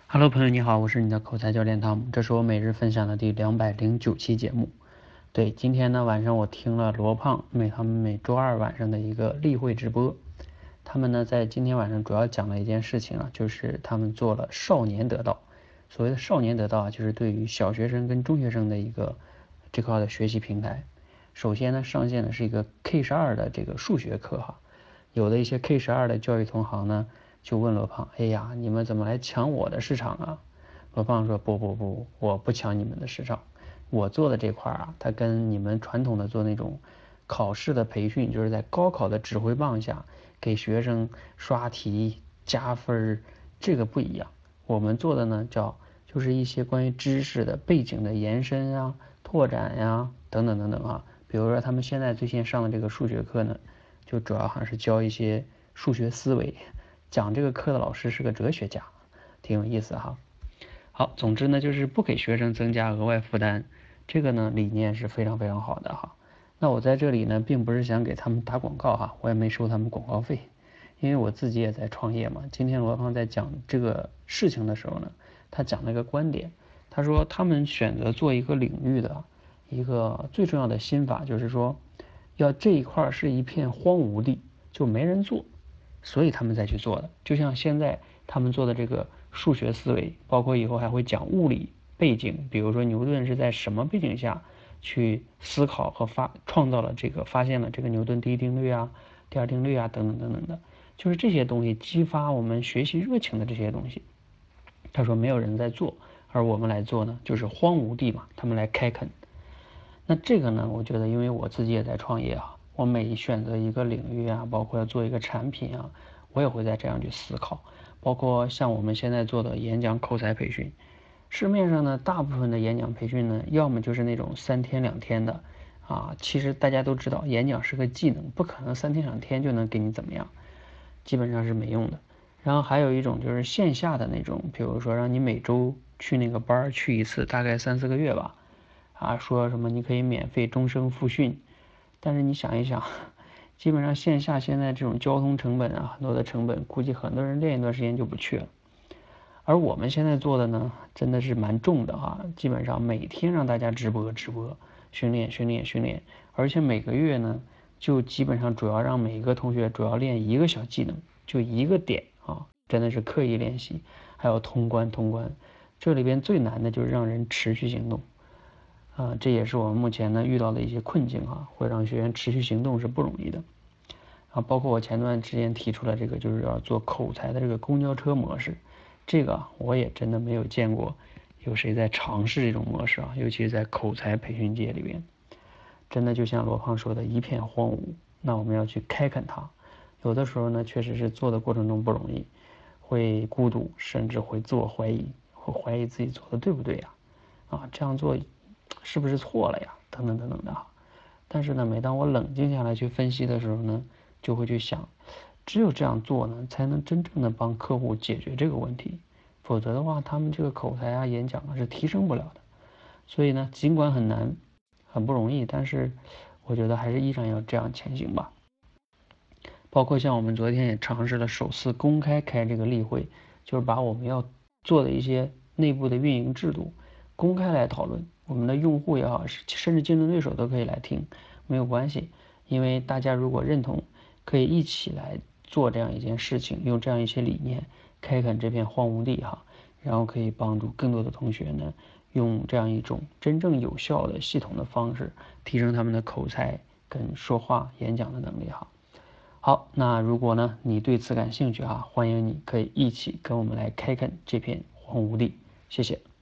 Hello，朋友你好，我是你的口才教练汤姆，这是我每日分享的第209期节目。对，今天呢晚上我听了罗胖他们每周二晚上的一个例会直播，他们呢在今天晚上主要讲了一件事情啊，就是他们做了少年得道。所谓的少年得道啊，就是对于小学生跟中学生的一个这块的学习平台。首先呢上线的是一个 K12的这个数学课哈，有的一些 K12的教育同行呢就问罗胖，哎呀，你们怎么来抢我的市场啊？罗胖说不，我不抢你们的市场，我做的这块啊，它跟你们传统的做那种考试的培训，就是在高考的指挥棒下给学生刷题加分，这个不一样。我们做的呢就是一些关于知识的背景的延伸啊、拓展呀等等等等啊。比如说他们现在最新上的这个数学课呢，就主要还是教一些数学思维。讲这个课的老师是个哲学家，挺有意思哈。好，总之呢就是不给学生增加额外负担，这个呢理念是非常非常好的哈。那我在这里呢并不是想给他们打广告哈，我也没收他们广告费，因为我自己也在创业嘛。今天罗胖在讲这个事情的时候呢，他讲了一个观点，他说他们选择做一个领域的一个最重要的心法，就是说要这一块是一片荒芜地，就没人做，所以他们再去做的。就像现在他们做的这个数学思维，包括以后还会讲物理背景，比如说牛顿是在什么背景下去思考和创造了发现了这个牛顿第一定律啊、第二定律啊等等等等的，就是这些东西激发我们学习热情的这些东西。他说没有人在做，而我们来做呢，就是荒芜地嘛，他们来开垦。那这个呢，我觉得因为我自己也在创业啊，我每选择一个领域啊，包括要做一个产品啊，我也会在这样去思考。包括像我们现在做的演讲口才培训，市面上呢大部分的演讲培训呢，要么就是那种3天2天的啊，其实大家都知道演讲是个技能，不可能3天2天就能给你怎么样，基本上是没用的。然后还有一种就是线下的那种，比如说让你每周去那个班去一次，大概3-4个月吧。啊，说什么你可以免费终生复训，但是你想一想，基本上线下现在这种交通成本啊，很多的成本，估计很多人练一段时间就不去了。而我们现在做的呢，真的是蛮重的哈，基本上每天让大家直播，训练，而且每个月呢，就基本上主要让每一个同学主要练一个小技能，就一个点啊，真的是刻意练习，还有通关，这里边最难的就是让人持续行动。这也是我们目前呢遇到的一些困境啊，会让学员持续行动是不容易的。包括我前段时间提出了这个，就是要做口才的这个公交车模式，这个我也真的没有见过有谁在尝试这种模式啊，尤其是在口才培训界里边，真的就像罗胖说的一片荒芜，那我们要去开垦它。有的时候呢，确实是做的过程中不容易，会孤独，甚至会自我怀疑，会怀疑自己做的对不对呀？这样做是不是错了呀？等等等等的。但是呢，每当我冷静下来去分析的时候呢，就会去想，只有这样做呢，才能真正的帮客户解决这个问题，否则的话，他们这个口才啊、演讲啊是提升不了的。所以呢，尽管很难、很不容易，但是我觉得还是依然要这样前行吧。包括像我们昨天也尝试了首次公开开这个例会，就是把我们要做的一些内部的运营制度公开来讨论，我们的用户也好，甚至竞争对手都可以来听，没有关系，因为大家如果认同，可以一起来做这样一件事情，用这样一些理念开垦这片荒芜地哈，然后可以帮助更多的同学呢，用这样一种真正有效的系统的方式，提升他们的口才跟说话演讲的能力哈。好，那如果呢你对此感兴趣哈，欢迎你可以一起跟我们来开垦这片荒芜地，谢谢。